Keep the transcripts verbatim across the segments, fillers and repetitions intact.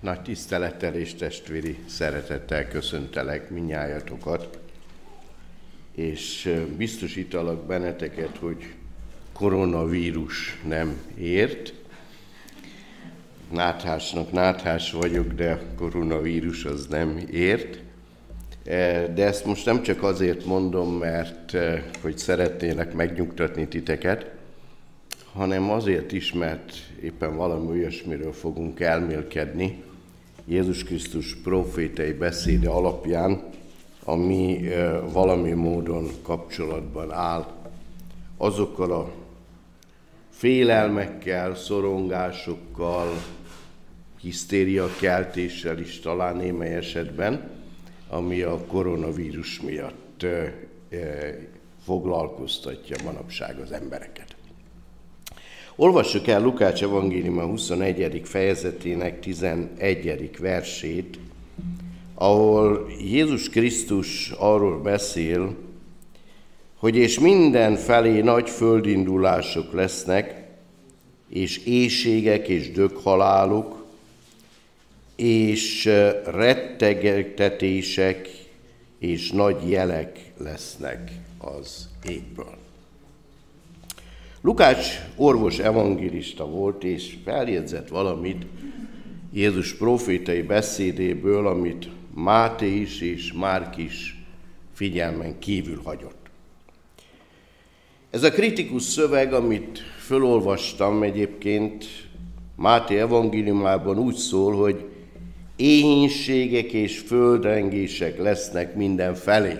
Nagy tisztelettel és testvéri szeretettel köszöntelek mindnyájatokat, és biztosítalak benneteket, hogy koronavírus nem ért. Náthásnak náthás vagyok, de koronavírus az nem ért. De ezt most nem csak azért mondom, mert hogy szeretnének megnyugtatni titeket, hanem azért is, mert éppen valami olyasmiről fogunk elmélkedni Jézus Krisztus profétai beszéde alapján, ami valami módon kapcsolatban áll azokkal a félelmekkel, szorongásokkal, hisztériakeltéssel is talán némely esetben, ami a koronavírus miatt foglalkoztatja manapság az embereket. Olvassuk el Lukács evangéliuma huszonegyedik fejezetének tizenegyedik versét, ahol Jézus Krisztus arról beszél, hogy és mindenfelé nagy földindulások lesznek, és éhségek és döghalálok, és rettegtetések és nagy jelek lesznek az égből. Lukács orvos evangélista volt, és feljegyzett valamit Jézus profétai beszédéből, amit Máté is és Márk is figyelmen kívül hagyott. Ez a kritikus szöveg, amit fölolvastam egyébként Máté evangéliumában úgy szól, hogy éhínségek és földrengések lesznek mindenfelé.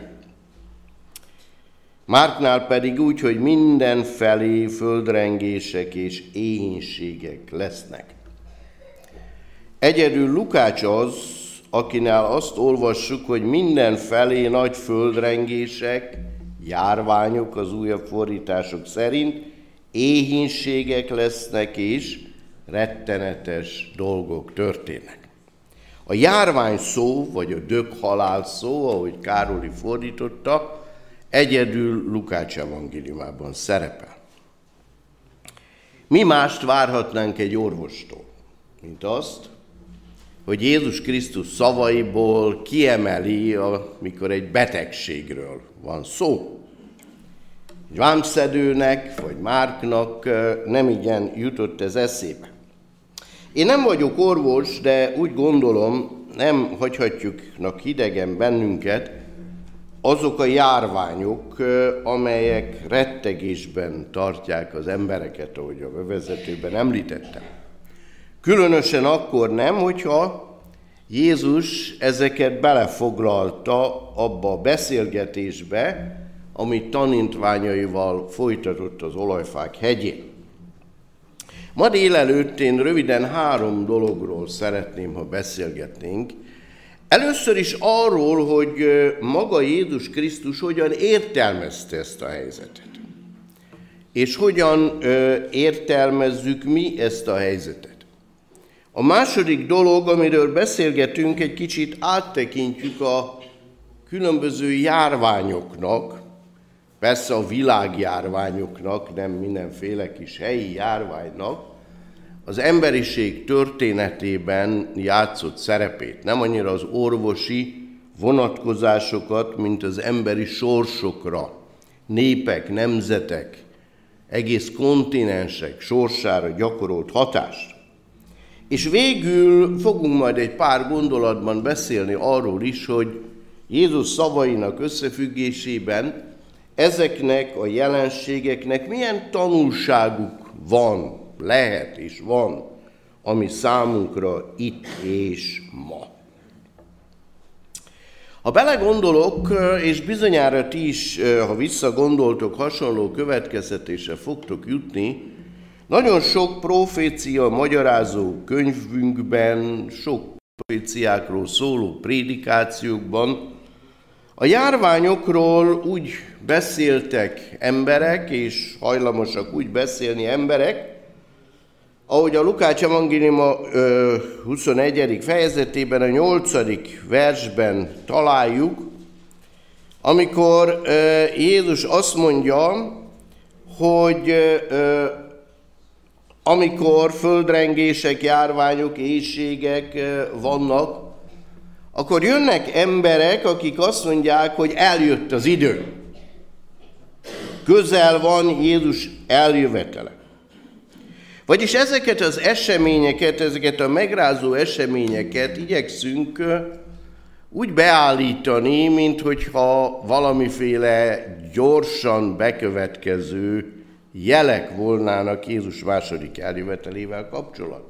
Márknál pedig úgy, hogy mindenfelé földrengések és éhínségek lesznek. Egyedül Lukács az, akinál azt olvassuk, hogy mindenfelé nagy földrengések, járványok az újabb fordítások szerint, éhínségek lesznek és rettenetes dolgok történnek. A járvány szó, vagy a döghalál szó, ahogy Károli fordította, egyedül Lukács evangéliumában szerepel. Mi mást várhatnánk egy orvostól, mint azt, hogy Jézus Krisztus szavaiból kiemeli, amikor egy betegségről van szó. Egy vámszedőnek, vagy Márknak nem igen jutott ez eszébe. Én nem vagyok orvos, de úgy gondolom, nem hagyhatjuknak hidegen bennünket azok a járványok, amelyek rettegésben tartják az embereket, ahogy a bevezetőben említettem. Különösen akkor nem, hogyha Jézus ezeket belefoglalta abba a beszélgetésbe, amit tanítványaival folytatott az Olajfák hegyén. Ma délelőtt én röviden három dologról szeretném, ha beszélgetnénk. Először is arról, hogy maga Jézus Krisztus hogyan értelmezte ezt a helyzetet. És hogyan értelmezzük mi ezt a helyzetet. A második dolog, amiről beszélgetünk, egy kicsit áttekintjük a különböző járványoknak, persze a világjárványoknak, nem mindenféle kis helyi járványnak, az emberiség történetében játszott szerepét. Nem annyira az orvosi vonatkozásokat, mint az emberi sorsokra, népek, nemzetek, egész kontinensek sorsára gyakorolt hatást. És végül fogunk majd egy pár gondolatban beszélni arról is, hogy Jézus szavainak összefüggésében ezeknek a jelenségeknek milyen tanulságuk van, lehet és van, ami számunkra itt és ma. Ha belegondolok, és bizonyára ti is, ha visszagondoltok, hasonló következtetésre fogtok jutni, nagyon sok profécia magyarázó könyvünkben, sok proféciákról szóló prédikációkban a járványokról úgy beszéltek emberek, és hajlamosak úgy beszélni emberek, ahogy a Lukács evangéliuma huszonegyedik fejezetében, a nyolcadik versben találjuk, amikor Jézus azt mondja, hogy amikor földrengések, járványok, éhségek vannak, akkor jönnek emberek, akik azt mondják, hogy eljött az idő. Közel van Jézus eljövetele. Vagyis ezeket az eseményeket, ezeket a megrázó eseményeket igyekszünk úgy beállítani, minthogyha valamiféle gyorsan bekövetkező jelek volnának Jézus második eljövetelével kapcsolatban.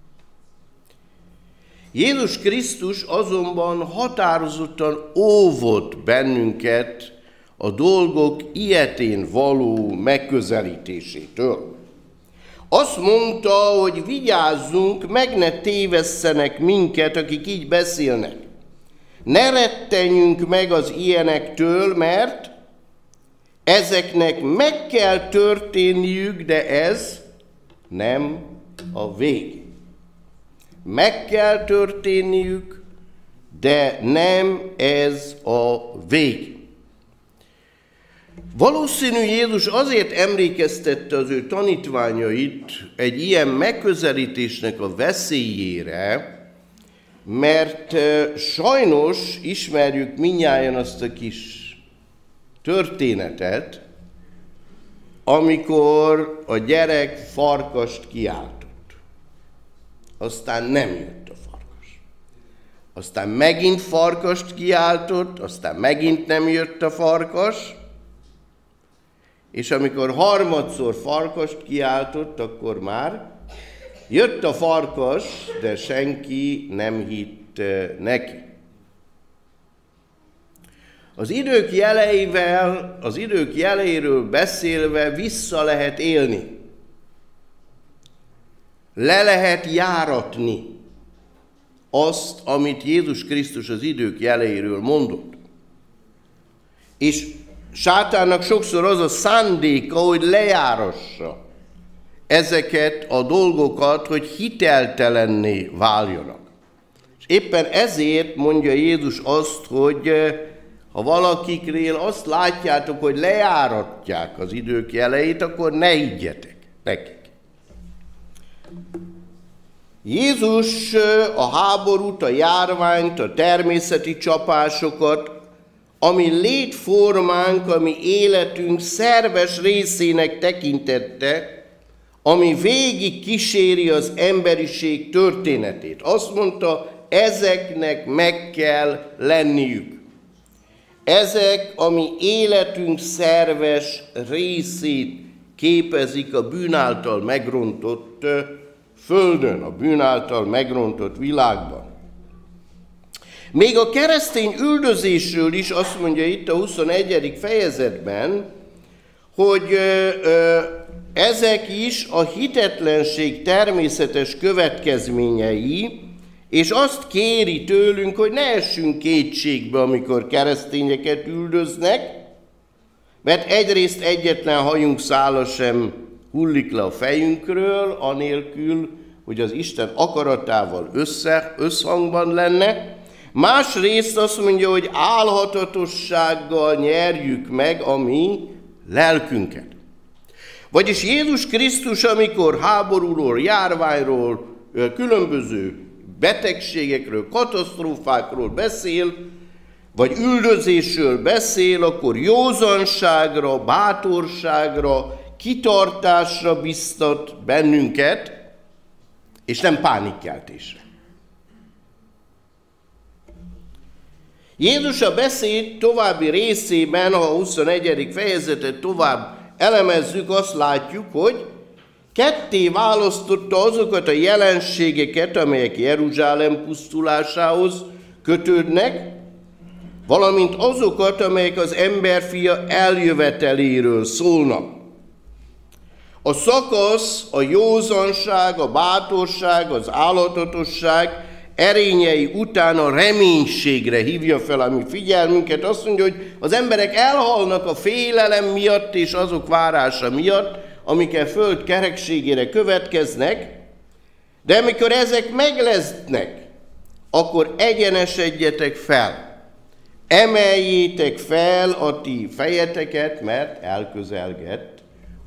Jézus Krisztus azonban határozottan óvott bennünket a dolgok ilyetén való megközelítésétől. Azt mondta, hogy vigyázzunk, meg ne tévesszenek minket, akik így beszélnek. Ne rettenjünk meg az ilyenektől, mert ezeknek meg kell történniük, de ez nem a vég. Meg kell történniük, de nem ez a vég. Valószínű Jézus azért emlékeztette az ő tanítványait egy ilyen megközelítésnek a veszélyére, mert sajnos ismerjük mindnyájan azt a kis történetet, amikor a gyerek farkast kiáltott. Aztán nem jött a farkas. Aztán megint farkast kiáltott, aztán megint nem jött a farkas, és amikor harmadszor farkast kiáltott, akkor már jött a farkas, de senki nem hitt neki. Az idők jeleivel, az idők jeleiről beszélve vissza lehet élni. Le lehet járatni azt, amit Jézus Krisztus az idők jeleiről mondott. És sátánnak sokszor az a szándéka, hogy lejárassa ezeket a dolgokat, hogy hiteltelenné váljanak. És éppen ezért mondja Jézus azt, hogy ha valakikről azt látjátok, hogy lejáratják az idők jeleit, akkor ne higgyetek nekik. Jézus a háborút, a járványt, a természeti csapásokat, ami létformánk, ami életünk szerves részének tekintette, ami végig kíséri az emberiség történetét. Azt mondta, ezeknek meg kell lenniük. Ezek, ami életünk szerves részét képezik a bűn által megrontott földön, a bűn által megrontott világban. Még a keresztény üldözésről is azt mondja itt a huszonegyedik fejezetben, hogy ö, ö, ezek is a hitetlenség természetes következményei, és azt kéri tőlünk, hogy ne essünk kétségbe, amikor keresztényeket üldöznek, mert egyrészt egyetlen hajunk szála sem hullik le a fejünkről, anélkül, hogy az Isten akaratával össze, összhangban lenne. Másrészt azt mondja, hogy álhatatossággal nyerjük meg a mi lelkünket. Vagyis Jézus Krisztus, amikor háborúról, járványról, különböző betegségekről, katasztrófákról beszél, vagy üldözésről beszél, akkor józanságra, bátorságra, kitartásra biztat bennünket, és nem pánikkeltésre. Jézus a beszéd további részében, ha a huszonegyedik fejezetet tovább elemezzük, azt látjuk, hogy ketté választotta azokat a jelenségeket, amelyek Jeruzsálem pusztulásához kötődnek, valamint azokat, amelyek az emberfia eljöveteléről szólnak. A szakasz, a józanság, a bátorság, az álhatatosság erényei után a reménységre hívja fel a mi figyelmünket. Azt mondja, hogy az emberek elhalnak a félelem miatt és azok várása miatt, amik a föld kerekségére következnek, de amikor ezek meg lesznek, akkor egyenesedjetek fel. Emeljétek fel a ti fejeteket, mert elközelgett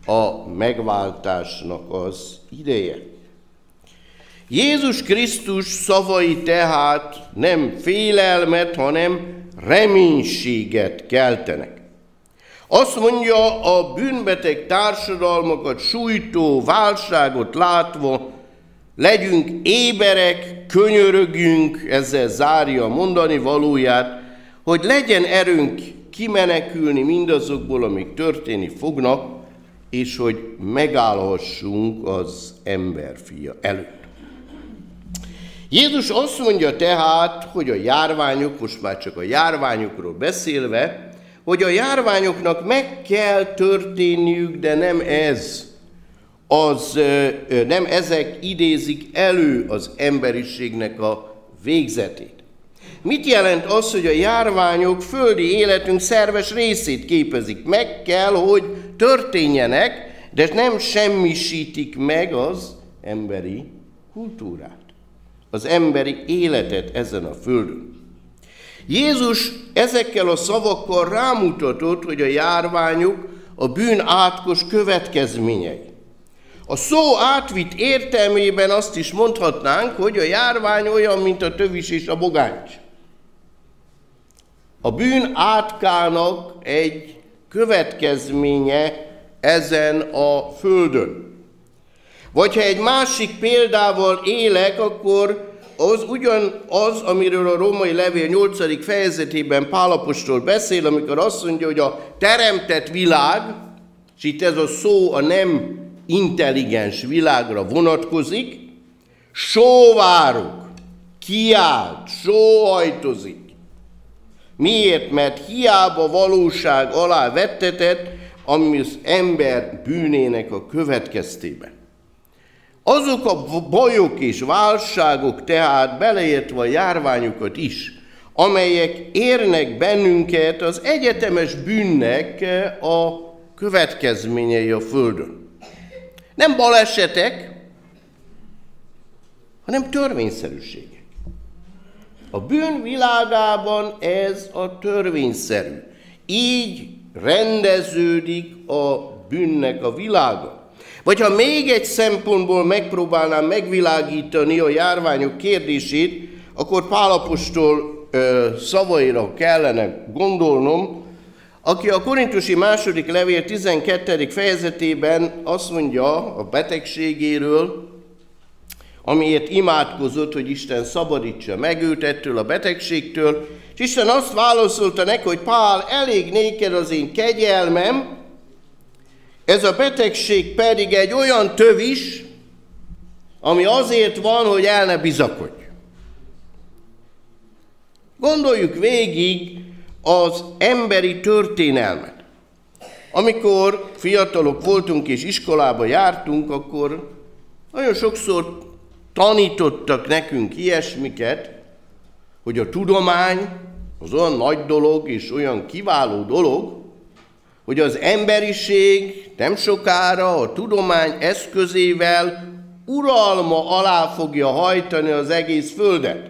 a megváltásnak az ideje. Jézus Krisztus szavai tehát nem félelmet, hanem reménységet keltenek. Azt mondja, a bűnbeteg társadalmakat sújtó válságot látva, legyünk éberek, könyörögjünk, ezzel zárja a mondani valóját, hogy legyen erőnk kimenekülni mindazokból, amik történni fognak, és hogy megállhassunk az emberfia előtt. Jézus azt mondja tehát, hogy a járványok, most már csak a járványokról beszélve, hogy a járványoknak meg kell történniük, de nem ez. Az, nem ezek idézik elő az emberiségnek a végzetét. Mit jelent az, hogy a járványok földi életünk szerves részét képezik? Meg kell, hogy történjenek, de nem semmisítik meg az emberi kultúrát, az emberi életet ezen a földön. Jézus ezekkel a szavakkal rámutatott, hogy a járványok a bűn átkos következményei. A szó átvitt értelmében azt is mondhatnánk, hogy a járvány olyan, mint a tövis és a bogáncs. A bűn átkának egy következménye ezen a földön. Vagy ha egy másik példával élek, akkor az ugyanaz, amiről a római levél nyolcadik fejezetében Pál apostol beszél, amikor azt mondja, hogy a teremtett világ, és itt ez a szó a nem intelligens világra vonatkozik, sóvárog, kiált, sóhajtozik. Miért? Mert hiába valóság alá vettetett, ami az ember bűnének a következtében. Azok a bajok és válságok tehát, beleértve a járványokat is, amelyek érnek bennünket, az egyetemes bűnnek a következményei a Földön. Nem balesetek, hanem törvényszerűségek. A bűn világában ez a törvényszerű. Így rendeződik a bűnnek a világa. Vagy ha még egy szempontból megpróbálnám megvilágítani a járványok kérdését, akkor Pál apostol ö, szavaira kellene gondolnom, aki a korintusi második levél tizenkettedik fejezetében azt mondja a betegségéről, amiért imádkozott, hogy Isten szabadítsa meg őt ettől a betegségtől, és Isten azt válaszolta neki, hogy Pál, elég néked az én kegyelmem, ez a betegség pedig egy olyan tövis, ami azért van, hogy el ne bizakodj. Gondoljuk végig az emberi történelmet. Amikor fiatalok voltunk és iskolába jártunk, akkor nagyon sokszor tanítottak nekünk ilyesmiket, hogy a tudomány az olyan nagy dolog és olyan kiváló dolog, hogy az emberiség nem sokára a tudomány eszközével uralma alá fogja hajtani az egész földet.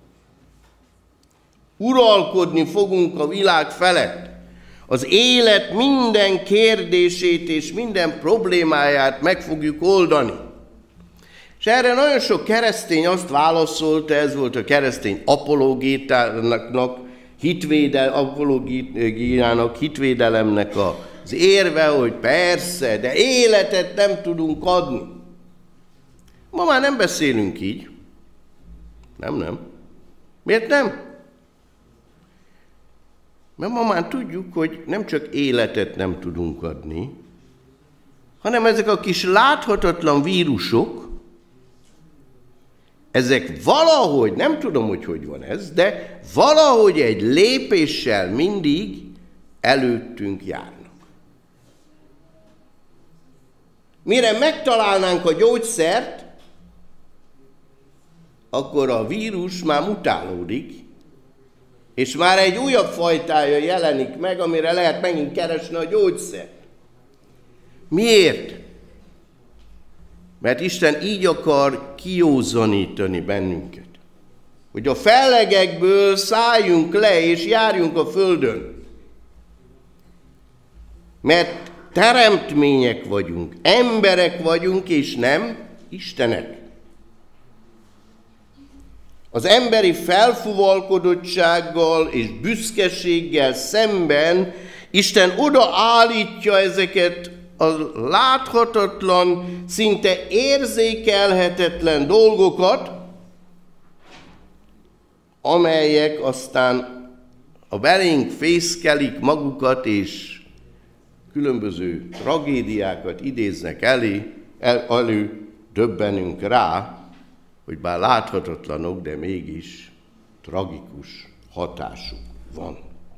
Uralkodni fogunk a világ felett. Az élet minden kérdését és minden problémáját meg fogjuk oldani. És erre nagyon sok keresztény azt válaszolta, ez volt a keresztény apologétának, hitvédel, apologétának, hitvédelemnek az érve, hogy persze, de életet nem tudunk adni. Ma már nem beszélünk így. Nem, nem. Miért nem? Mert ma már tudjuk, hogy nem csak életet nem tudunk adni, hanem ezek a kis láthatatlan vírusok, ezek valahogy, nem tudom, hogy hogy van ez, de valahogy egy lépéssel mindig előttünk járnak. Mire megtalálnánk a gyógyszert, akkor a vírus már mutálódik, és már egy újabb fajtája jelenik meg, amire lehet megint keresni a gyógyszert. Miért? Mert Isten így akar kiózanítani bennünket, hogy a fellegekből szálljunk le, és járjunk a földön. Mert teremtmények vagyunk, emberek vagyunk, és nem istenek. Az emberi felfuvalkodottsággal és büszkeséggel szemben Isten odaállítja ezeket a láthatatlan, szinte érzékelhetetlen dolgokat, amelyek aztán a belénk fészkelik magukat, és különböző tragédiákat idéznek elé, el, elő, döbbenünk rá, hogy bár láthatatlanok, de mégis tragikus hatásuk van.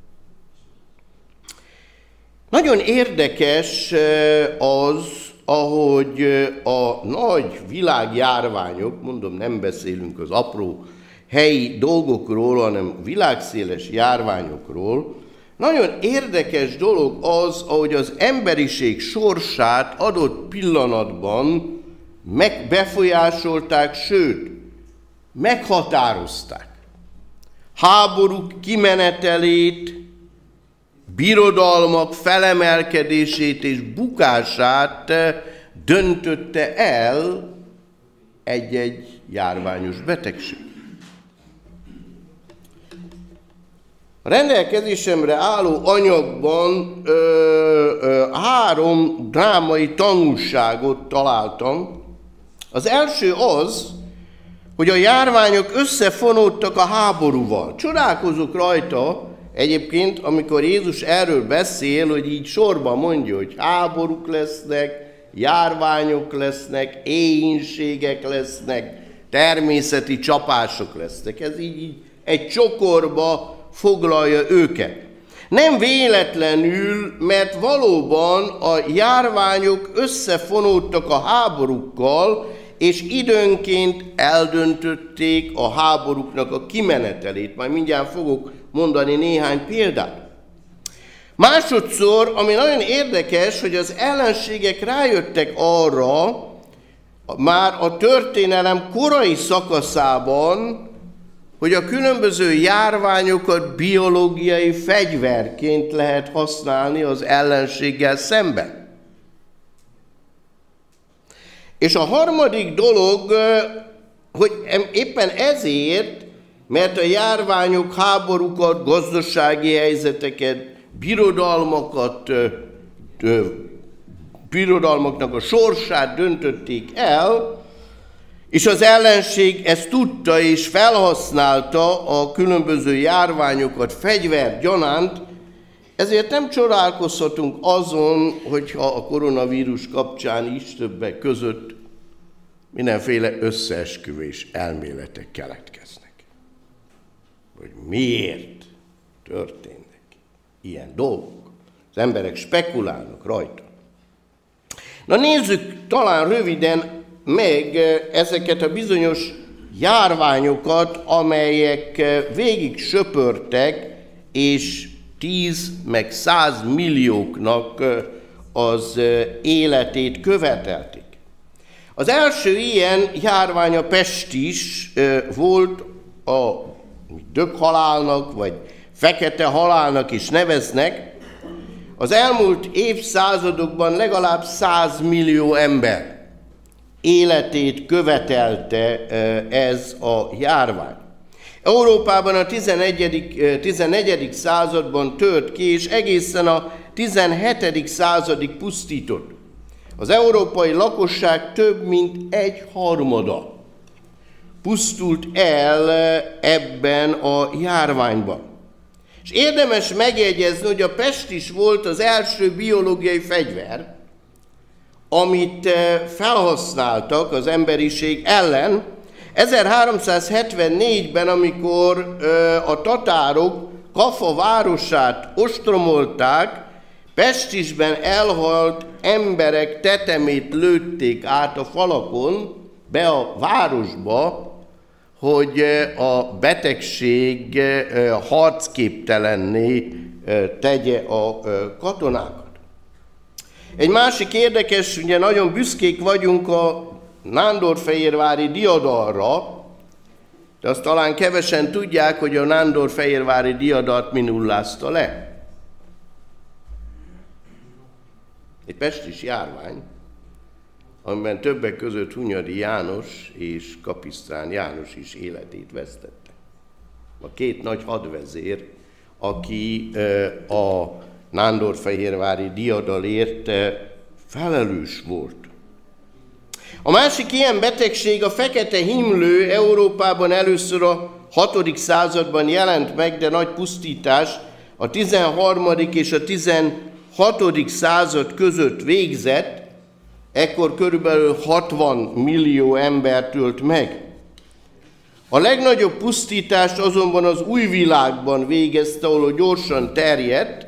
Nagyon érdekes az, ahogy a nagy világjárványok, mondom, nem beszélünk az apró helyi dolgokról, hanem világszéles járványokról, nagyon érdekes dolog az, ahogy az emberiség sorsát adott pillanatban megbefolyásolták, sőt, meghatározták. Háborúk kimenetelét, birodalmak felemelkedését és bukását döntötte el egy-egy járványos betegség. A rendelkezésemre álló anyagban ö, ö, három drámai tanulságot találtam. Az első az, hogy a járványok összefonódtak a háborúval. Csodálkozok rajta egyébként, amikor Jézus erről beszél, hogy így sorban mondja, hogy háborúk lesznek, járványok lesznek, éhínségek lesznek, természeti csapások lesznek. Ez így, így egy csokorba foglalja őket. Nem véletlenül, mert valóban a járványok összefonódtak a háborúkkal, és időnként eldöntötték a háborúknak a kimenetelét. Majd mindjárt fogok mondani néhány példát. Másodszor, ami nagyon érdekes, hogy az ellenségek rájöttek arra, már a történelem korai szakaszában, hogy a különböző járványokat biológiai fegyverként lehet használni az ellenséggel szemben. És a harmadik dolog, hogy éppen ezért, mert a járványok háborúkat, gazdasági helyzeteket, birodalmakat, birodalmaknak a sorsát döntötték el, és az ellenség ezt tudta és felhasználta a különböző járványokat fegyvergyanánt, ezért nem csodálkozhatunk azon, hogyha a koronavírus kapcsán is többek között mindenféle összeesküvés elméletek keletkeznek. Hogy miért történnek ilyen dolgok. Az emberek spekulálnak rajta. Na nézzük talán röviden meg ezeket a bizonyos járványokat, amelyek végig söpörtek, és tíz meg száz millióknak az életét követelték. Az első ilyen járvány a pestis volt, a döghalálnak, vagy fekete halálnak is neveznek. Az elmúlt évszázadokban legalább száz millió ember életét követelte ez a járvány. Európában a tizennegyedik században tört ki, és egészen a tizenhetedik századig pusztított. Az európai lakosság több mint egy harmada pusztult el ebben a járványban. És érdemes megjegyezni, hogy a pestis volt az első biológiai fegyver, amit felhasználtak az emberiség ellen. ezerháromszázhetvennégyben, amikor a tatárok Kafa városát ostromolták, pestisben elhalt emberek tetemét lőtték át a falakon, be a városba, hogy a betegség harcképtelenné tegye a katonákat. Egy másik érdekes, ugye nagyon büszkék vagyunk a nándorfehérvári diadalra, de azt talán kevesen tudják, hogy a nándorfehérvári diadalt mi nullázta le. egy pestis járvány, amiben többek között Hunyadi János és Kapisztrán János is életét vesztette. A két nagy hadvezér, aki a nándorfehérvári diadalért felelős volt. A másik ilyen betegség, a fekete himlő, Európában először a hatodik században jelent meg, de nagy pusztítás a tizenharmadik és a tizenhatodik század között végzett, ekkor körülbelül hatvan millió embert ölt meg. A legnagyobb pusztítást azonban az új világban végezte, ahol gyorsan terjedt,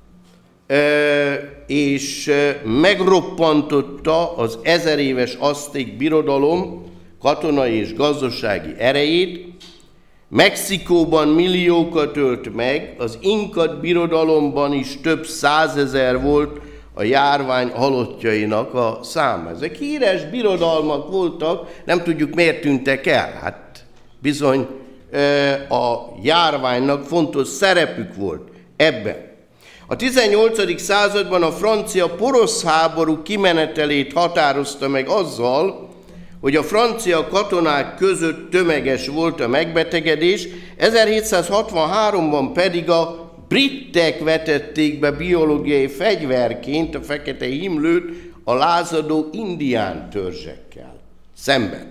és megroppantotta az ezeréves azték birodalom katonai és gazdasági erejét. Mexikóban milliókat ölt meg, az Inka birodalomban is több százezer volt a járvány halottjainak a száma. Ezek híres birodalmak voltak, nem tudjuk miért tűntek el. Hát bizony a járványnak fontos szerepük volt ebben. A tizennyolcadik században a francia porosz háború kimenetelét határozta meg azzal, hogy a francia katonák között tömeges volt a megbetegedés, ezerhétszázhatvanháromban pedig a britek vetették be biológiai fegyverként a fekete himlőt a lázadó indián törzsekkel szemben.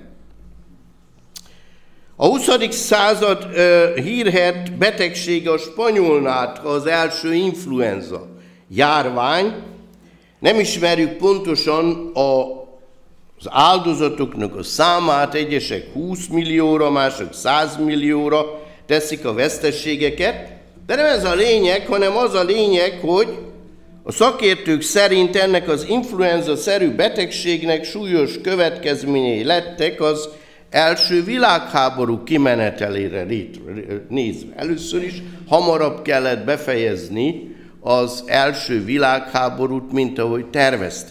A huszadik század uh, hírhedt betegsége a spanyolnátha, az első influenza járvány. Nem ismerjük pontosan a, az áldozatoknak a számát, egyesek húsz millióra, mások száz millióra teszik a veszteségeket, de nem ez a lényeg, hanem az a lényeg, hogy a szakértők szerint ennek az influenza-szerű betegségnek súlyos következményei lettek az első világháború kimenetelére nézve. Először is hamarabb kellett befejezni az első világháborút, mint ahogy tervezték.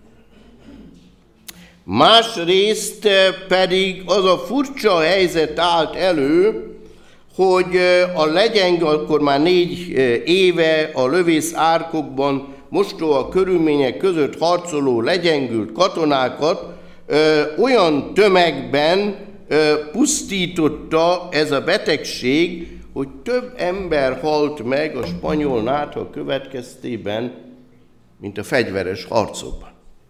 Másrészt pedig az a furcsa helyzet állt elő, hogy a legyeng, akkor már négy éve a lövész árkokban mostoha körülmények között harcoló legyengült katonákat ö, olyan tömegben ö, pusztította ez a betegség, hogy több ember halt meg a spanyol nátha következtében, mint a fegyveres harcokban.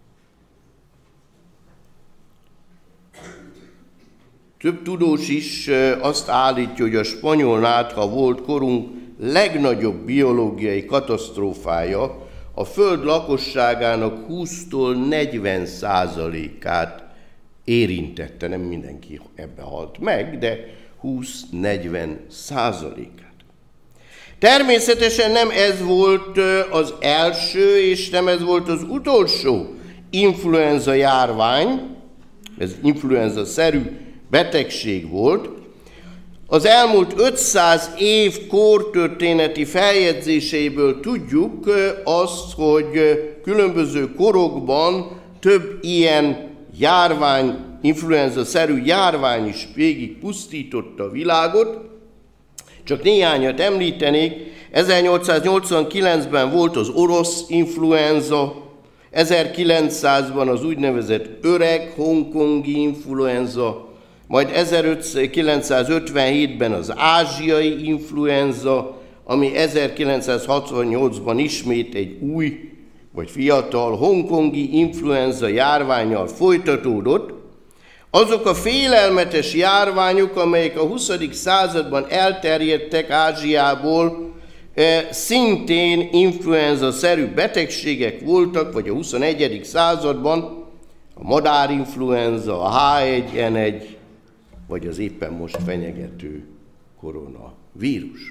Több tudós is azt állítja, hogy a spanyol nátha volt korunk legnagyobb biológiai katasztrófája, a Föld lakosságának húsztól negyven százalékát érintette, nem mindenki ebbe halt meg, de húsz-negyven százalékát. Természetesen nem ez volt az első, és nem ez volt az utolsó influenza járvány, ez influenza-szerű betegség volt. Az elmúlt ötszáz év kórtörténeti feljegyzéseiből tudjuk azt, hogy különböző korokban több ilyen járvány, influenza-szerű járvány is végig pusztította a világot. Csak néhányat említenék, ezernyolcszáznyolcvankilencben volt az orosz influenza, ezerkilencszázban az úgynevezett öreg hongkongi influenza, majd ezerkilencszázötvenhétben az ázsiai influenza, ami ezerkilencszázhatvannyolcban ismét egy új vagy fiatal hongkongi influenza járvánnyal folytatódott. Azok a félelmetes járványok, amelyek a huszadik században elterjedtek Ázsiából, szintén influenza-szerű betegségek voltak, vagy a huszonegyedik században a madárinfluenza, a há egy en egy, vagy az éppen most fenyegető koronavírus.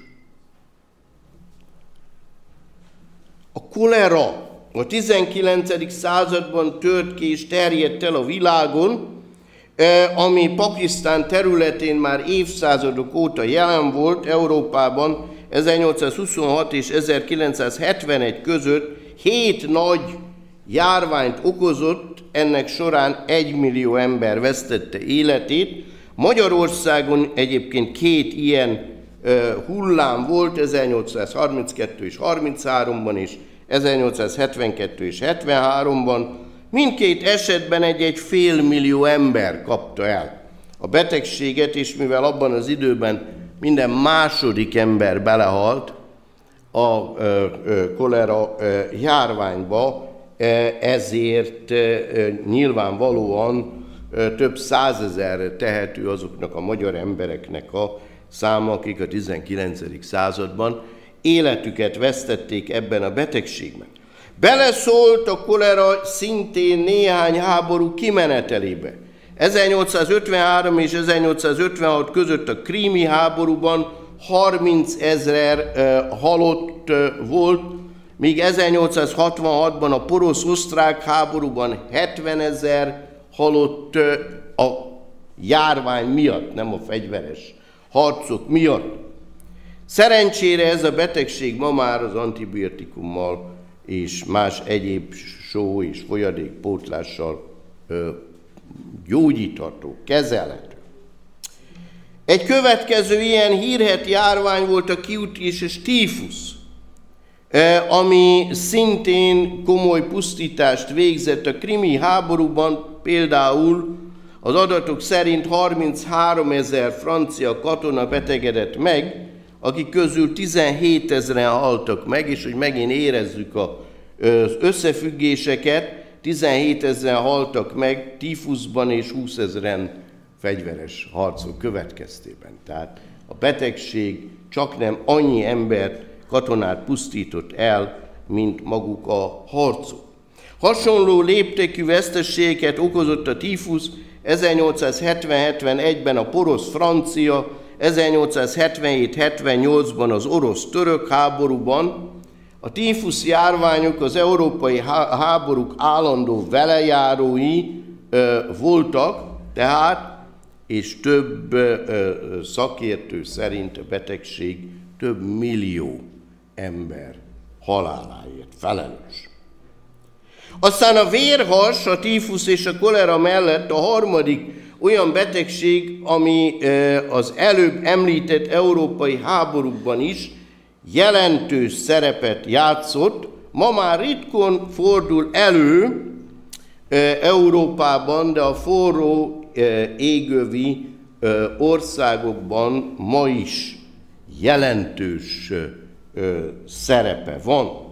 A kolera a tizenkilencedik században tört ki és terjedt el a világon, ami Pakisztán területén már évszázadok óta jelen volt. Európában ezernyolcszázhuszonhat és ezerkilencszázhetvenegy között hét nagy járványt okozott, ennek során egymillió ember vesztette életét. Magyarországon egyébként két ilyen uh, hullám volt, ezernyolcszázharminckettő és harmincháromban és ezernyolcszázhetvenkettő és hetvenháromban mindkét esetben egy-egy fél millió ember kapta el a betegséget, és mivel abban az időben minden második ember belehalt a kolera járványba, ezért nyilvánvalóan több százezerre tehető azoknak a magyar embereknek a száma, akik a tizenkilencedik században életüket vesztették ebben a betegségben. Beleszólt a kolera szintén néhány háború kimenetelébe. ezernyolcszázötvenhárom és ezernyolcszázötvenhat között a krími háborúban harmincezer halott volt, míg ezernyolcszázhatvanhatban a porosz-osztrák háborúban hetvenezer halott a járvány miatt, nem a fegyveres harcok miatt. Szerencsére ez a betegség ma már az antibiotikummal és más egyéb só és folyadékpótlással gyógyítható, kezelhető. Egy következő ilyen hírhedt járvány volt a kiutásos tífusz, ami szintén komoly pusztítást végzett a krími háborúban. Például az adatok szerint harmincháromezer francia katona betegedett meg, akik közül tizenhétezren haltak meg, és hogy megint érezzük az összefüggéseket, tizenhétezren haltak meg tífuszban, és húszezren fegyveres harcok következtében. Tehát a betegség csaknem annyi embert, katonát pusztított el, mint maguk a harcok. Hasonló léptékű veszteségeket okozott a tífusz ezernyolcszázhetven-hetvenegyben a porosz-francia, ezernyolcszázhetvenhét hetvennyolcban az orosz-török háborúban. A tífusz járványok az európai háborúk állandó velejárói ö, voltak, tehát, és több ö, szakértő szerint a betegség több millió ember haláláért felelős. Aztán a vérhas, a tífusz és a kolera mellett a harmadik olyan betegség, ami az előbb említett európai háborúkban is jelentős szerepet játszott, ma már ritkán fordul elő Európában, de a forró égövi országokban ma is jelentős szerepe van.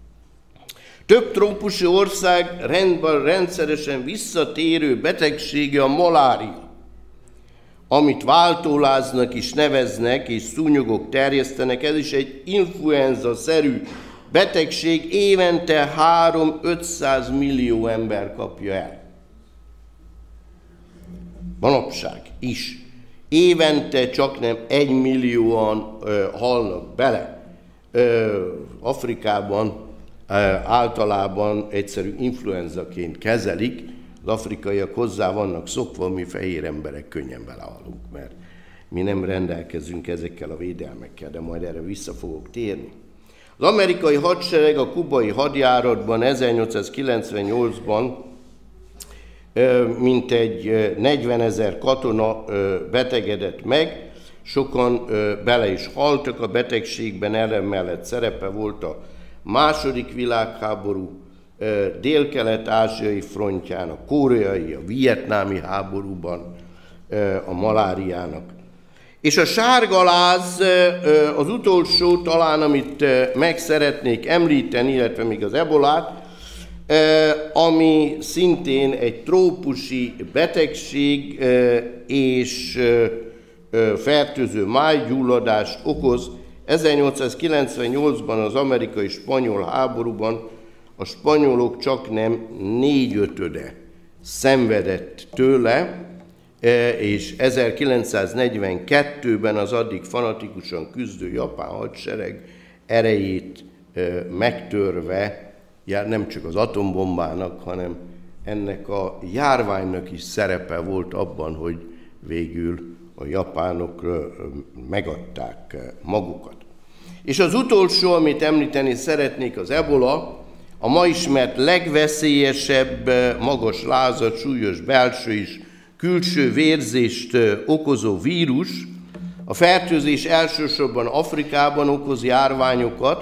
Több trópusi ország rendben rendszeresen visszatérő betegsége a malária, amit váltóláznak is neveznek, és szúnyogok terjesztenek. Ez is egy influenza-szerű betegség, évente három-ötszáz millió ember kapja el. Manapság is. Évente csaknem egymillióan ö, halnak bele. Ö, Afrikában ö, általában egyszerű influenzaként kezelik, az afrikaiak hozzá vannak szokva, mi fehér emberek könnyen belehalunk, mert mi nem rendelkezünk ezekkel a védelmekkel, de majd erre vissza fogok térni. Az amerikai hadsereg a kubai hadjáratban ezernyolcszázkilencvennyolcban mintegy negyvenezer katona betegedett meg, sokan bele is haltak a betegségben, ellen mellett szerepe volt a második világháború, dél-kelet-ázsiai frontján, a koreai, a vietnámi háborúban, a maláriának. És a sárgaláz az utolsó, talán amit meg szeretnék említeni, illetve még az ebolát, ami szintén egy trópusi betegség és fertőző májgyulladást okoz. ezernyolcszázkilencvennyolcban az amerikai-spanyol háborúban a spanyolok csaknem négyötöde szenvedett tőle, és ezerkilencszáznegyvenkettőben az addig fanatikusan küzdő japán hadsereg erejét megtörve, nem csak az atombombának, hanem ennek a járványnak is szerepe volt abban, hogy végül a japánok megadták magukat. És az utolsó, amit említeni szeretnék, az ebola, a ma ismert legveszélyesebb, magas lázat, súlyos belső és külső vérzést okozó vírus. A fertőzés elsősorban Afrikában okoz járványokat,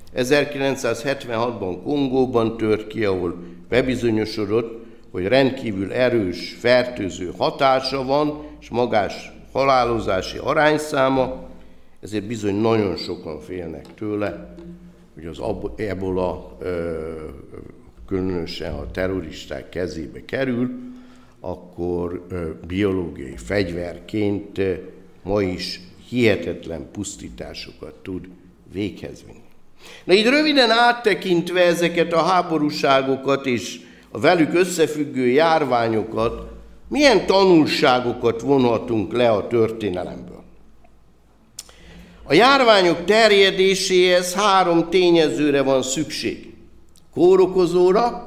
ezerkilencszázhetvenhatban Kongóban tört ki, ahol bebizonyosodott, hogy rendkívül erős, fertőző hatása van, és magás halálozási arányszáma, ezért bizony nagyon sokan félnek tőle, hogy az ebola különösen, ha terroristák kezébe kerül, akkor biológiai fegyverként ma is hihetetlen pusztításokat tud véghez vinni. Na így röviden áttekintve ezeket a háborúságokat és a velük összefüggő járványokat, milyen tanulságokat vonhatunk le a történelemből? A járványok terjedéséhez három tényezőre van szükség. Kórokozóra,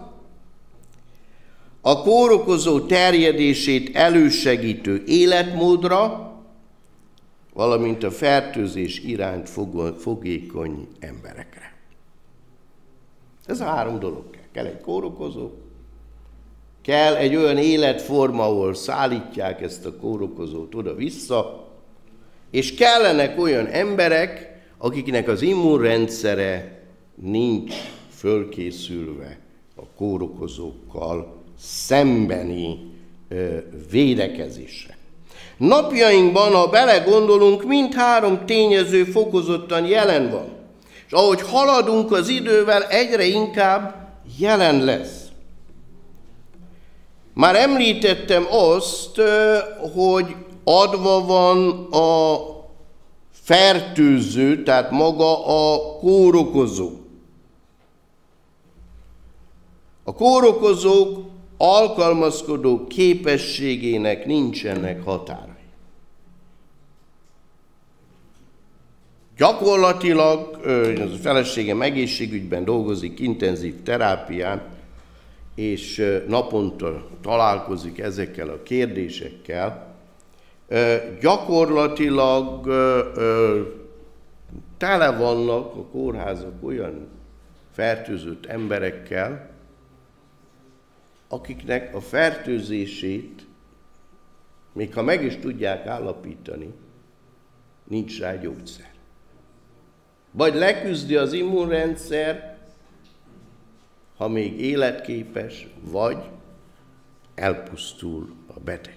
a kórokozó terjedését elősegítő életmódra, valamint a fertőzés iránt fogékony emberekre. Ez a három dolog kell. Kell egy kórokozó, kell egy olyan életforma, ahol szállítják ezt a kórokozót oda-vissza, és kellenek olyan emberek, akiknek az immunrendszere nincs fölkészülve a kórokozókkal szembeni ö, védekezésre. Napjainkban, ha belegondolunk, mindhárom tényező fokozottan jelen van. És ahogy haladunk az idővel, egyre inkább jelen lesz. Már említettem azt, hogy adva van a fertőző, tehát maga a kórokozó. A kórokozók alkalmazkodó képességének nincsenek határai. Gyakorlatilag az a feleségem egészségügyben dolgozik, intenzív terápián, és naponta találkozik ezekkel a kérdésekkel. Gyakorlatilag tele vannak a kórházak olyan fertőzött emberekkel, akiknek a fertőzését, még ha meg is tudják állapítani, nincs rá gyógyszer. Vagy leküzdi az immunrendszer, ha még életképes, vagy elpusztul a beteg.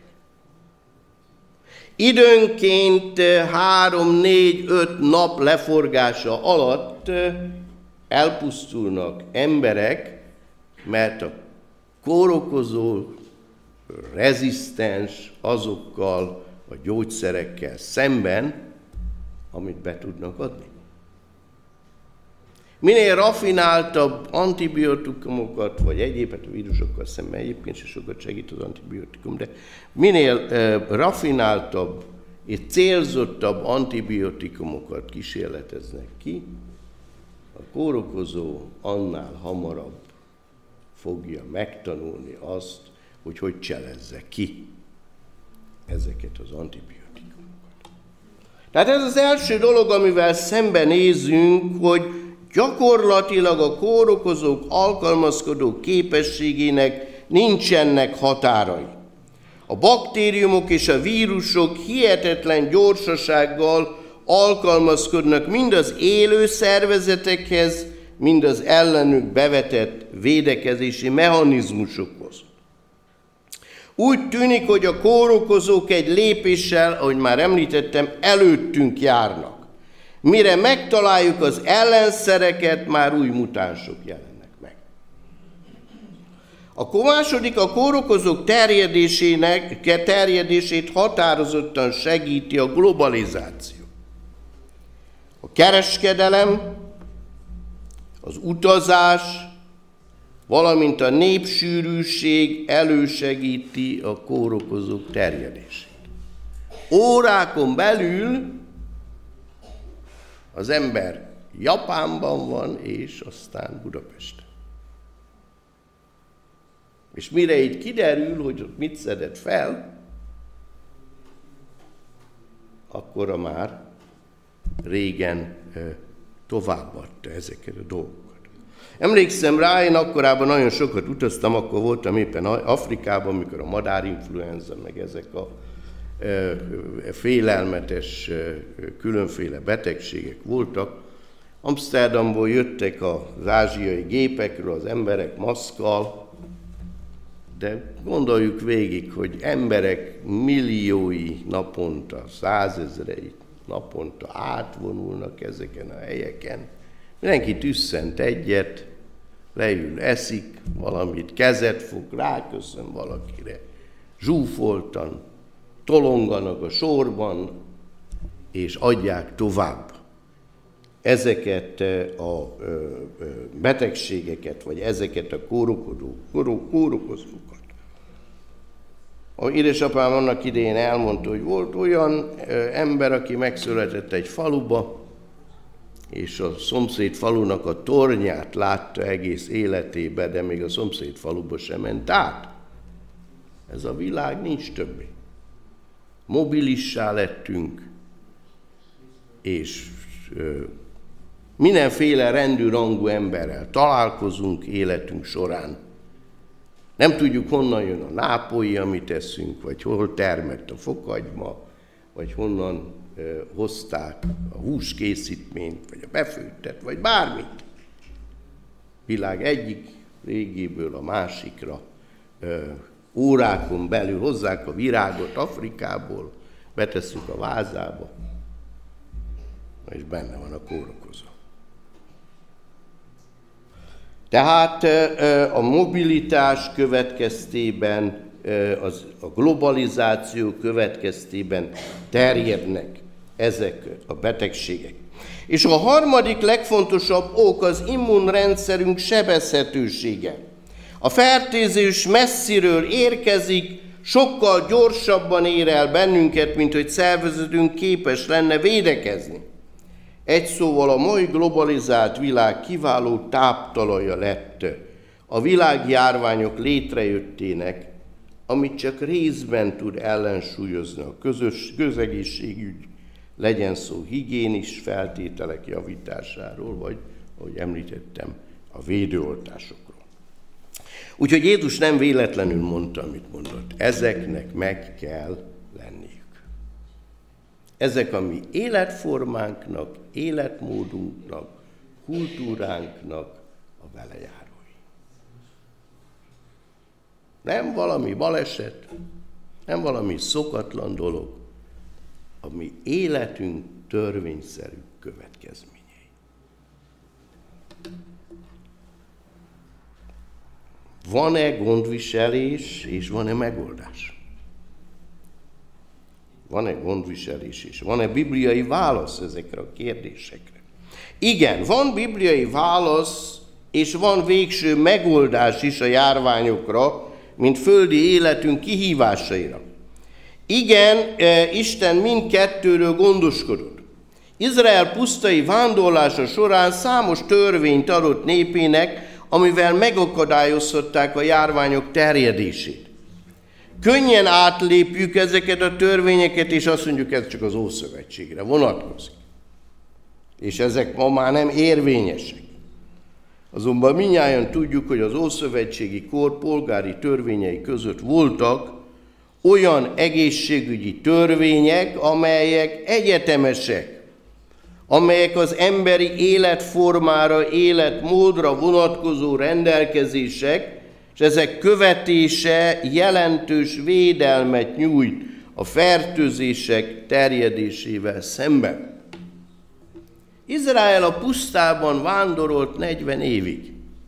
Időnként három, négy, öt nap leforgása alatt elpusztulnak emberek, mert a kórokozó rezisztens azokkal a gyógyszerekkel szemben, amit be tudnak adni. Minél raffináltabb antibiotikumokat, vagy egyéb, hát a vírusokkal szemben egyébként se sokat segít az antibiotikum, de minél uh, raffináltabb és célzottabb antibiotikumokat kísérleteznek ki, a kórokozó annál hamarabb fogja megtanulni azt, hogy hogy cselezze ki ezeket az antibiotikumokat. Tehát ez az első dolog, amivel szembenézünk, hogy gyakorlatilag a kórokozók alkalmazkodó képességének nincsenek határai. A baktériumok és a vírusok hihetetlen gyorsasággal alkalmazkodnak mind az élő szervezetekhez, mind az ellenük bevetett védekezési mechanizmusokhoz. Úgy tűnik, hogy a kórokozók egy lépéssel, ahogy már említettem, előttünk járnak. Mire megtaláljuk az ellenszereket, már új mutánsok jelennek meg. A második, a kórokozók terjedésének, terjedését határozottan segíti a globalizáció. A kereskedelem, az utazás, valamint a népsűrűség elősegíti a kórokozók terjedését. Órákon belül az ember Japánban van, és aztán Budapesten. És mire itt kiderül, hogy ott mit szedett fel, akkora már régen továbbadta ezeket a dolgokat. Emlékszem rá, én akkorában nagyon sokat utaztam, akkor voltam éppen Afrikában, amikor a madárinfluenza, meg ezek a félelmetes különféle betegségek voltak, Amsterdamból jöttek az ázsiai gépekről az emberek maszkkal, de gondoljuk végig, hogy emberek milliói naponta, százezrei naponta átvonulnak ezeken a helyeken. Mindenki tüsszent egyet, leül, eszik valamit, kezet fog, ráköszön valakire, zsúfoltan, tolonganak a sorban, és adják tovább ezeket a betegségeket, vagy ezeket a kórokodó, kórokozókat. A édesapám annak idején elmondta, hogy volt olyan ember, aki megszületett egy faluba, és a szomszéd falunak a tornyát látta egész életében, de még a szomszéd faluba sem ment át. Ez a világ nincs többé. Mobilissá lettünk, és ö, mindenféle rendű rangú emberrel találkozunk életünk során. Nem tudjuk, honnan jön a nápolyi, amit eszünk, vagy hol termett a fokhagyma, vagy honnan ö, hozták a húskészítményt, vagy a befőttet, vagy bármit. Világ egyik régéből a másikra ö, órákon belül hozzák a virágot Afrikából, betesszük a vázába, és benne van a kórokozó. Tehát a mobilitás következtében, az, a globalizáció következtében terjednek ezek a betegségek. És a harmadik legfontosabb ok az immunrendszerünk sebezhetősége. A fertőzés messziről érkezik, sokkal gyorsabban ér el bennünket, mint hogy szervezetünk képes lenne védekezni. Egy szóval a mai globalizált világ kiváló táptalaja lett a világjárványok létrejöttének, amit csak részben tud ellensúlyozni a közös közegészségügy, legyen szó higiénis feltételek javításáról, vagy, ahogy említettem, a védőoltásokról. Úgyhogy Jézus nem véletlenül mondta, amit mondott. Ezeknek meg kell lenniük. Ezek a mi életformánknak, életmódunknak, kultúránknak a velejárói. Nem valami baleset, nem valami szokatlan dolog, a mi életünk törvényszerű következményei. Van-e gondviselés, és van-e megoldás? Van-e gondviselés, és van-e bibliai válasz ezekre a kérdésekre? Igen, van bibliai válasz, és van végső megoldás is a járványokra, mint földi életünk kihívásaira. Igen, Isten mindkettőről gondoskodott. Izrael pusztai vándorlása során számos törvényt adott népének, amivel megakadályozhatták a járványok terjedését. Könnyen átlépjük ezeket a törvényeket, és azt mondjuk, ez csak az Ószövetségre vonatkozik. És ezek ma már nem érvényesek. Azonban mindnyájan tudjuk, hogy az ószövetségi kor polgári törvényei között voltak olyan egészségügyi törvények, amelyek egyetemesek, amelyek az emberi életformára, életmódra vonatkozó rendelkezések, és ezek követése jelentős védelmet nyújt a fertőzések terjedésével szemben. Izrael a pusztában vándorolt negyven évig,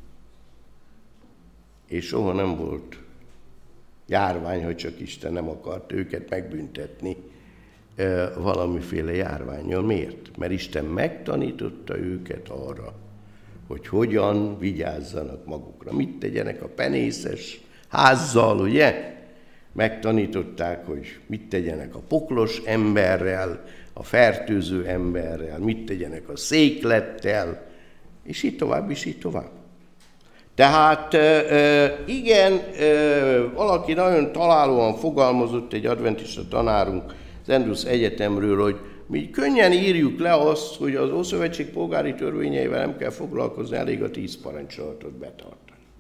és soha nem volt járvány, hogy csak Isten nem akart őket megbüntetni valamiféle járvánnyal. Miért? Mert Isten megtanította őket arra, hogy hogyan vigyázzanak magukra. Mit tegyenek a penészes házzal, ugye? Megtanították, hogy mit tegyenek a poklos emberrel, a fertőző emberrel, mit tegyenek a széklettel, és így tovább, és így tovább. Tehát igen, valaki nagyon találóan fogalmazott, egy adventista tanárunk az Andrews Egyetemről, hogy mi könnyen írjuk le azt, hogy az Ószövetség polgári törvényeivel nem kell foglalkozni, elég a tíz parancsolatot betartani.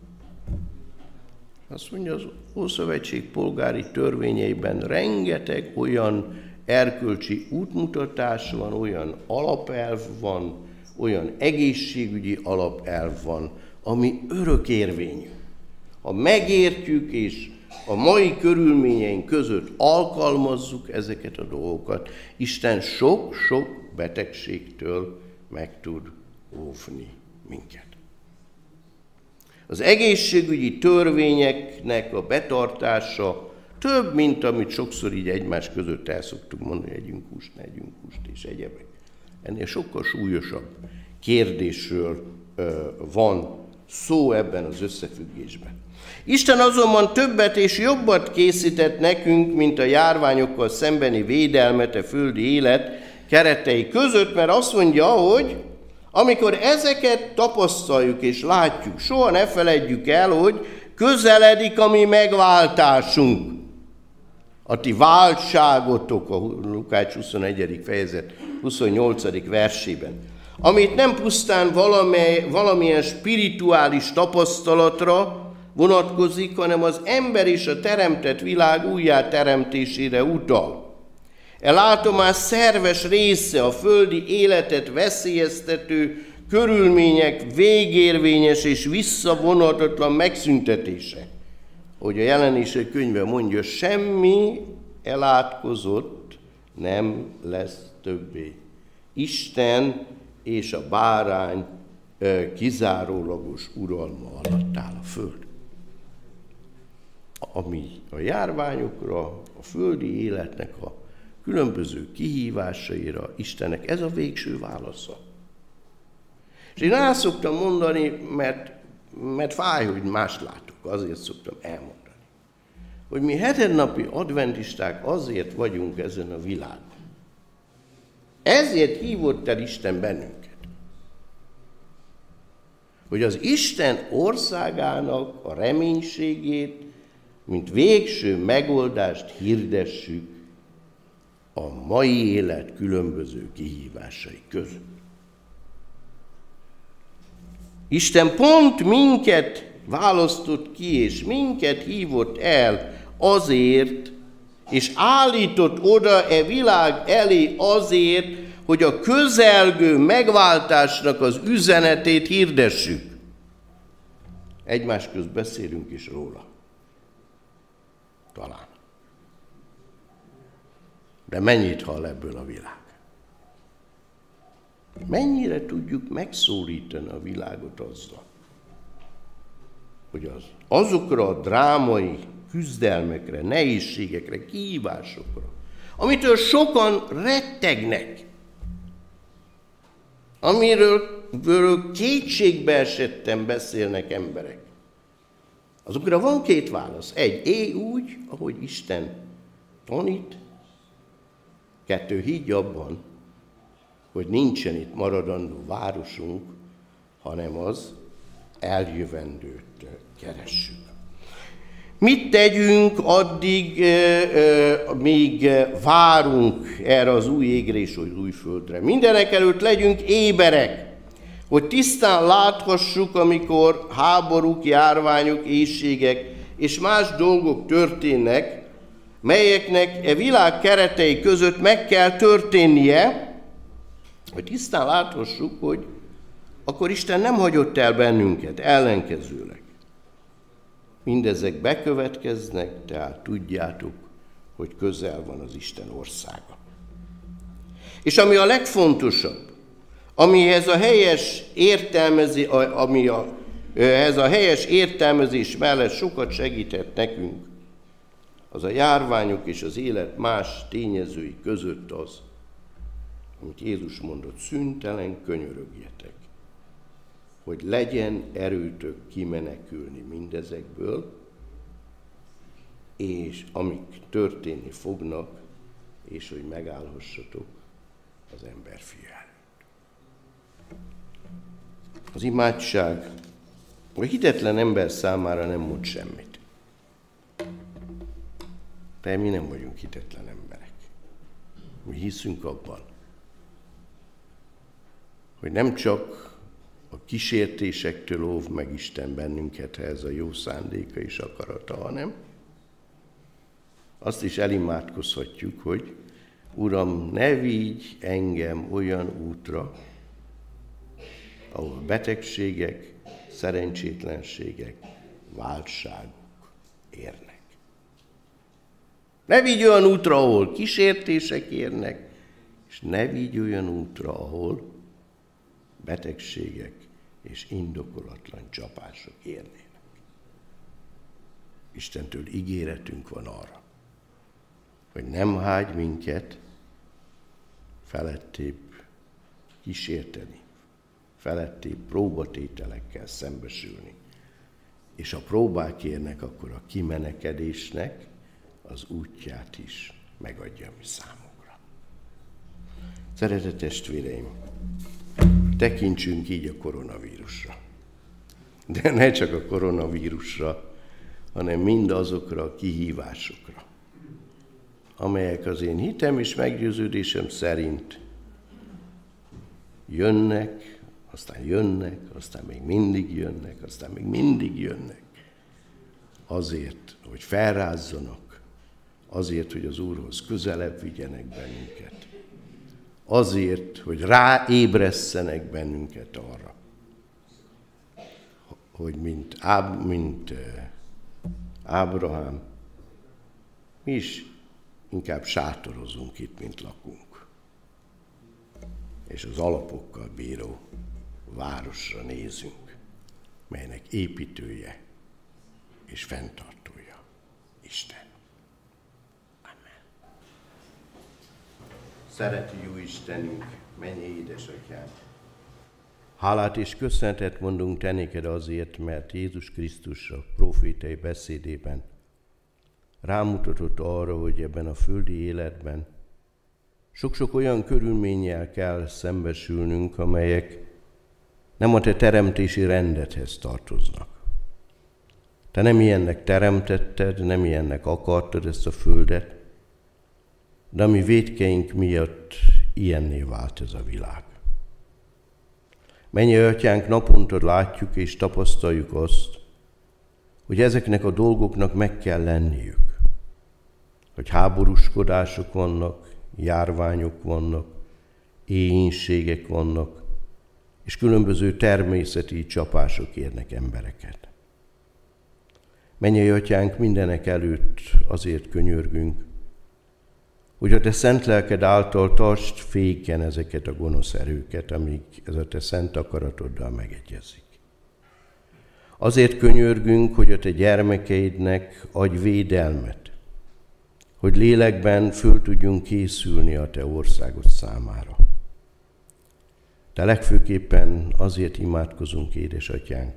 Azt mondja, az Ószövetség polgári törvényeiben rengeteg olyan erkölcsi útmutatás van, olyan alapelv van, olyan egészségügyi alapelv van, ami örökérvényű. Ha megértjük és a mai körülményeink között alkalmazzuk ezeket a dolgokat, Isten sok-sok betegségtől meg tud óvni minket. Az egészségügyi törvényeknek a betartása több, mint amit sokszor így egymás között el szoktuk mondani, hogy együnk húst, ne együnk húst és egyebek. Ennél sokkal súlyosabb kérdésről ö, van szó ebben az összefüggésben. Isten azonban többet és jobbat készített nekünk, mint a járványokkal szembeni védelmet a földi élet keretei között, mert azt mondja, hogy amikor ezeket tapasztaljuk és látjuk, soha ne feledjük el, hogy közeledik a mi megváltásunk. A ti váltságotok, a Lukács huszonegyedik fejezet huszonnyolcadik versében, amit nem pusztán valamely, valamilyen spirituális tapasztalatra vonatkozik, hanem az ember és a teremtett világ újjáteremtésére utal. E látomás szerves része a földi életet veszélyeztető körülmények végérvényes és visszavonhatatlan megszüntetése. Hogy a Jelenések könyve mondja, semmi elátkozott nem lesz többé. Isten és a bárány kizárólagos uralma alatt áll a föld. Ami a járványokra, a földi életnek a különböző kihívásaira, Istennek ez a végső válasza. És én el szoktam mondani, mert, mert fáj, hogy mást látok, azért szoktam elmondani, hogy mi hetennapi adventisták azért vagyunk ezen a világon. Ezért hívott el Isten bennünket. Hogy az Isten országának a reménységét, mint végső megoldást hirdessük a mai élet különböző kihívásai között. Isten pont minket választott ki, és minket hívott el azért, és állított oda e világ elé azért, hogy a közelgő megváltásnak az üzenetét hirdessük. Egymás közt beszélünk is róla. Talán. De mennyit hall ebből a világ? Mennyire tudjuk megszólítani a világot azzal, hogy az, azokra a drámai küzdelmekre, nehézségekre, kihívásokra, amitől sokan rettegnek, amiről kétségbe esetten beszélnek emberek. Azokra van két válasz. Egy, élj úgy, ahogy Isten tanít. Kettő, higgy abban, hogy nincsen itt maradandó városunk, hanem az eljövendőt keressük. Mit tegyünk addig, míg várunk erre az új égre és az új földre? Mindenek előtt legyünk éberek, hogy tisztán láthassuk, amikor háborúk, járványok, éhségek és más dolgok történnek, melyeknek e világ keretei között meg kell történnie, hogy tisztán láthassuk, hogy akkor Isten nem hagyott el bennünket, ellenkezőleg. Mindezek bekövetkeznek, tehát tudjátok, hogy közel van az Isten országa. És ami a legfontosabb, amihez a helyes értelmezés, ami a, ez a helyes értelmezés mellett sokat segített nekünk, az a járványok és az élet más tényezői között az, amit Jézus mondott, szüntelen könyörögjetek, hogy legyen erőtök kimenekülni mindezekből, és amik történni fognak, és hogy megállhassatok az ember fia előtt. Az imádság a hitetlen ember számára nem mond semmit. De mi nem vagyunk hitetlen emberek. Mi hiszünk abban, hogy nem csak a kísértésektől óv meg Isten bennünket, ha ez a jó szándéka és akarata, hanem azt is elimádkozhatjuk, hogy Uram, ne vigy engem olyan útra, ahol betegségek, szerencsétlenségek, váltságok érnek. Ne vigy olyan útra, ahol kísértések érnek, és ne vigy olyan útra, ahol betegségek és indokolatlan csapások érnének. Istentől ígéretünk van arra, hogy nem hágy minket felettébb kísérteni, felettébb próbatételekkel szembesülni. És ha próbák érnek, akkor a kimenekedésnek az útját is megadja mi számunkra. Szeretett testvéreim, tekintsünk így a koronavírusra. De ne csak a koronavírusra, hanem mindazokra a kihívásokra, amelyek az én hitem és meggyőződésem szerint jönnek, aztán jönnek, aztán még mindig jönnek, aztán még mindig jönnek. Azért, hogy felrázzanak, azért, hogy az Úrhoz közelebb vigyenek bennünket. Azért, hogy ráébresszenek bennünket arra, hogy mint, Áb, mint Ábrahám, mi is inkább sátorozunk itt, mint lakunk. És az alapokkal bíró városra nézünk, melynek építője és fenntartója Isten. Amen. Szerető jó Istenünk, mennyei édesatyánk! Hálát és köszönetet mondunk te néked azért, mert Jézus Krisztus a profétai beszédében rámutatott arra, hogy ebben a földi életben sok-sok olyan körülménnyel kell szembesülnünk, amelyek nem a te teremtési rendedhez tartoznak. Te nem ilyennek teremtetted, nem ilyennek akartad ezt a földet, de a mi vétkeink miatt ilyenné vált ez a világ. Mennyei Atyánk, naponta látjuk és tapasztaljuk azt, hogy ezeknek a dolgoknak meg kell lenniük. Hogy háborúskodások vannak, járványok vannak, éhínségek vannak, és különböző természeti csapások érnek embereket. Mennyei Atyánk, mindenek előtt azért könyörgünk, hogy a te szent lelked által tartsd féken ezeket a gonosz erőket, amíg ez a te szent akaratoddal megegyezik. Azért könyörgünk, hogy a te gyermekeidnek adj védelmet, hogy lélekben föl tudjunk készülni a te országod számára. De legfőképpen azért imádkozunk, édesatyánk,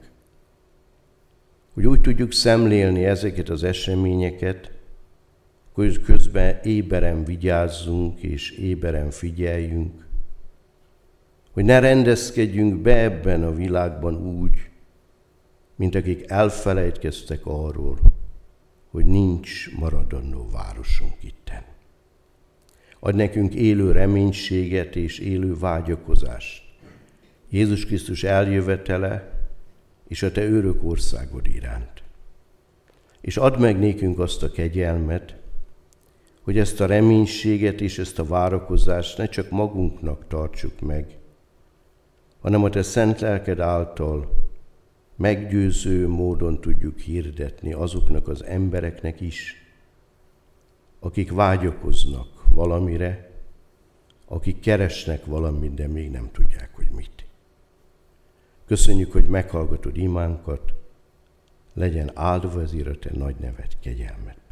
hogy úgy tudjuk szemlélni ezeket az eseményeket, hogy közben éberen vigyázzunk és éberen figyeljünk, hogy ne rendezkedjünk be ebben a világban úgy, mint akik elfelejtkeztek arról, hogy nincs maradandó városunk itten. Adj nekünk élő reménységet és élő vágyakozást Jézus Krisztus eljövetele és a te örök országod iránt. És add meg nékünk azt a kegyelmet, hogy ezt a reménységet és ezt a várakozást ne csak magunknak tartsuk meg, hanem a te szent lelked által meggyőző módon tudjuk hirdetni azoknak az embereknek is, akik vágyakoznak valamire, akik keresnek valamit, de még nem tudják, hogy mit. Köszönjük, hogy meghallgatod imánkat, legyen áldva ezért a te nagy neved, kegyelmed.